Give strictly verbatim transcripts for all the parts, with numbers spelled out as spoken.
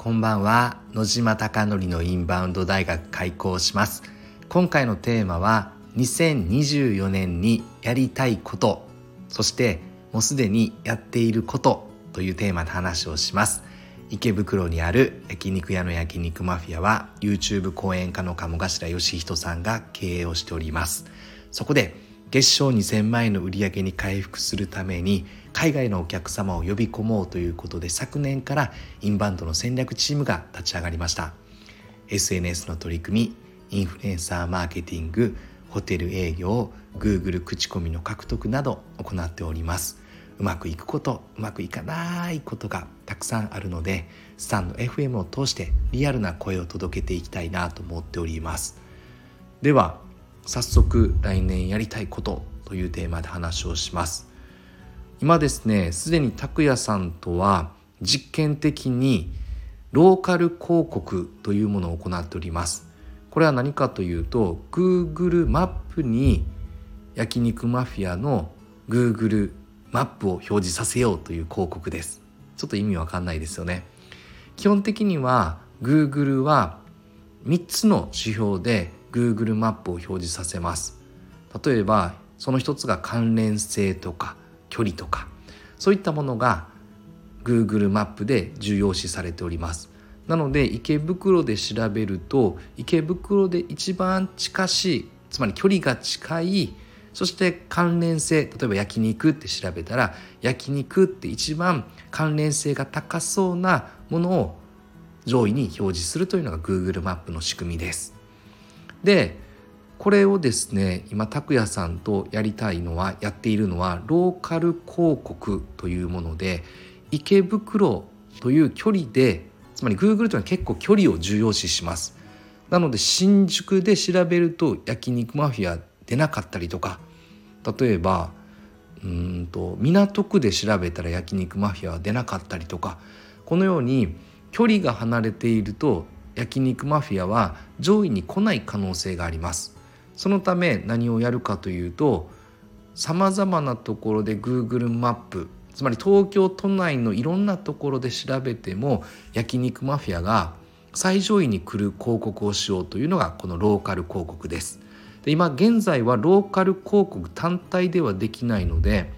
こんばんは。野島貴則のインバウンド大学開講します。今回のテーマはにせんにじゅうよねんにやりたいこと、そしてもうすでにやっていることというテーマで話をします。池袋にある焼肉屋の焼肉マフィアは YouTube 講演家の鴨頭義人さんが経営をしております。そこで月商にせんまんえんの売り上げに回復するために海外のお客様を呼び込もうということで、昨年からインバウンドの戦略チームが立ち上がりました。 エスエヌエス の取り組み、インフルエンサーマーケティング、ホテル営業、 Google 口コミの獲得など行っております。うまくいくこと、うまくいかないことがたくさんあるので、スタンド エフエム を通してリアルな声を届けていきたいなと思っております。では早速、来年やりたいことというテーマで話をします。今ですね、すでに拓也さんとは実験的にローカル広告というものを行っております。これは何かというと、 Google マップに焼肉マフィアの Google マップを表示させようという広告です。ちょっと意味わかんないですよね。基本的には Google はみっつの指標でGoogle マップを表示させます。例えばその一つが関連性とか距離とか、そういったものが Google マップで重要視されております。なので池袋で調べると、池袋で一番近しい、つまり距離が近い、そして関連性、例えば焼肉って調べたら、焼肉って一番関連性が高そうなものを上位に表示するというのが Google マップの仕組みです。で、これをですね、今拓也さんとやりたいのは、やっているのはローカル広告というもので、池袋という距離で、つまり Google というのは結構距離を重要視します。なので新宿で調べると焼肉マフィア出なかったりとか、例えばうーんと港区で調べたら焼肉マフィアは出なかったりとか、このように距離が離れていると焼肉マフィアは上位に来ない可能性があります。そのため何をやるかというと、さまざまなところで Google マップ、つまり東京都内のいろんなところで調べても焼肉マフィアが最上位に来る広告をしようというのがこのローカル広告です。で、今現在はローカル広告単体ではできないので、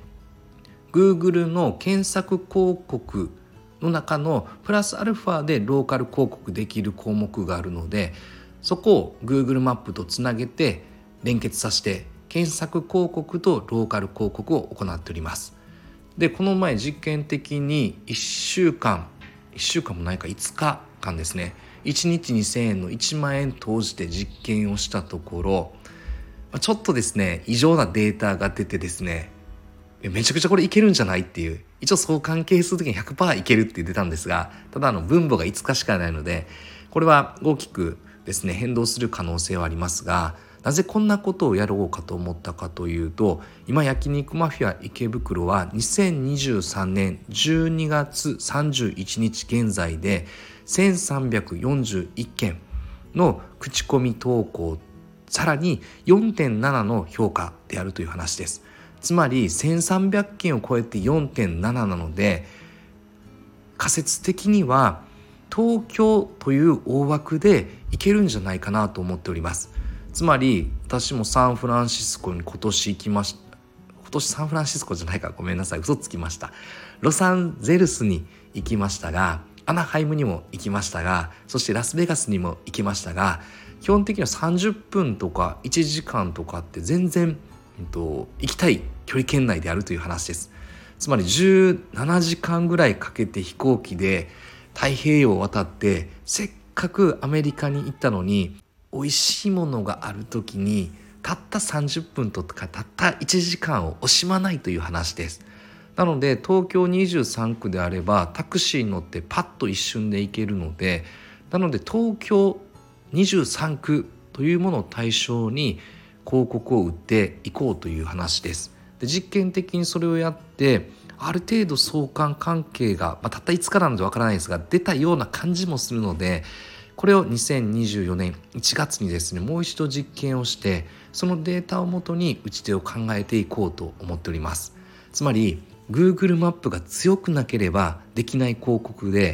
Google の検索広告の中のプラスアルファでローカル広告できる項目があるので、そこを Google マップとつなげて連結させて検索広告とローカル広告を行っております。で、この前実験的にいっしゅうかんいっしゅうかんもないかいつかかんですね、いちにちにせんえんのいちまんえん投じて実験をしたところ、ちょっとですね異常なデータが出てですね、めちゃくちゃこれいけるんじゃないっていう、一応相関係数的に ひゃくパーセント いけるって出たんですが、ただあの分母がいつかしかないので、これは大きくですね変動する可能性はありますが、なぜこんなことをやろうかと思ったかというと、今焼肉マフィア池袋はにせんにじゅうさんねんじゅうにがつさんじゅういちにち現在でせんさんびゃくよんじゅういっけんの口コミ投稿、さらに よんてんなな の評価であるという話です。つまりせんさんびゃっけんを超えて よんてんなな なので、仮説的には東京という大枠でいけるんじゃないかなと思っております。つまり私もサンフランシスコに今年行きました。今年サンフランシスコじゃないか、ごめんなさい、嘘つきました。ロサンゼルスに行きましたが、アナハイムにも行きましたが、そしてラスベガスにも行きましたが、基本的にはさんじゅっぷんとかいちじかんとかって全然、えっと、行きたい距離圏内であるという話です。つまりじゅうななじかんぐらいかけて飛行機で太平洋を渡って、せっかくアメリカに行ったのに美味しいものがある時にたったさんじゅっぷんとかたったいちじかんを惜しまないという話です。なので東京にじゅうさんくであればタクシーに乗ってパッと一瞬で行けるので、なので東京にじゅうさんくというものを対象に広告を打っていこうという話です。で、実験的にそれをやってある程度相関関係が、まあ、たったいつかなのでわからないですが出たような感じもするので、これをにせんにじゅうよねんいちがつにですねもう一度実験をして、そのデータをもとに打ち手を考えていこうと思っております。つまり Google マップが強くなければできない広告で、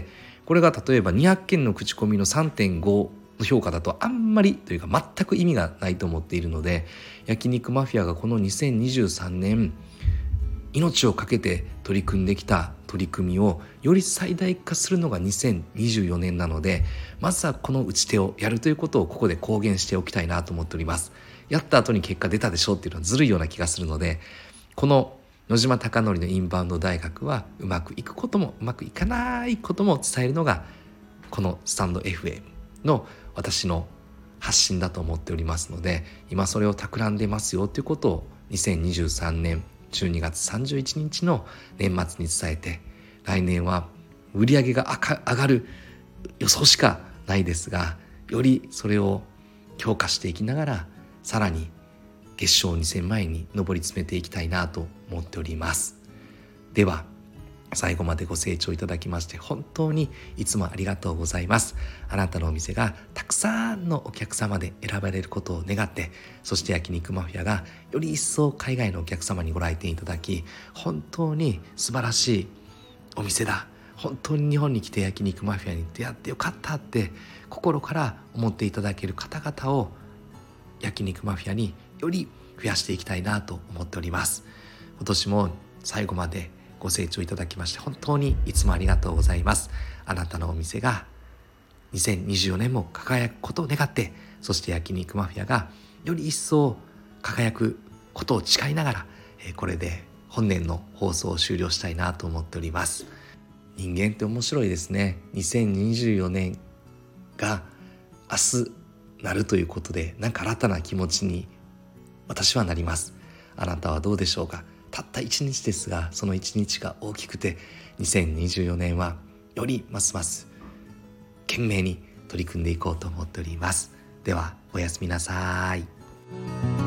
これが例えばにひゃくけんの口コミの さんてんご の評価だとあんまりというか全く意味がないと思っているので、焼肉マフィアがこのにせんにじゅうさんねん命を懸けて取り組んできた取り組みをより最大化するのがにせんにじゅうよねんなので、まずはこの打ち手をやるということをここで公言しておきたいなと思っております。やった後に結果出たでしょうっていうのはずるいような気がするので、この野島貴則のインバウンド大学はうまくいくこともうまくいかないことも伝えるのがこのスタンド エフエム の私の発信だと思っておりますので、今それを企んでますよということをにせんにじゅうさんねんじゅうにがつさんじゅういちにちの年末に伝えて、来年は売り上げが上がる予想しかないですが、よりそれを強化していきながらさらに月商にせんまんえんに上り詰めていきたいなと思っております。では最後までご清聴いただきまして本当にいつもありがとうございます。あなたのお店がたくさんのお客様で選ばれることを願って、そして焼肉マフィアがより一層海外のお客様にご来店いただき、本当に素晴らしいお店だ、本当に日本に来て焼肉マフィアに出会ってよかったって心から思っていただける方々を焼肉マフィアにより増やしていきたいなと思っております。今年も最後までご清聴いただきまして本当にいつもありがとうございます。あなたのお店がにせんにじゅうよねんも輝くことを願って、そして焼肉マフィアがより一層輝くことを誓いながら、これで本年の放送を終了したいなと思っております。人間って面白いですね。にせんにじゅうよねんが明日なるということで、なんか新たな気持ちに私はなります。あなたはどうでしょうか。たった一日ですが、その一日が大きくて、にせんにじゅうよねんはよりますます懸命に取り組んでいこうと思っております。ではおやすみなさい。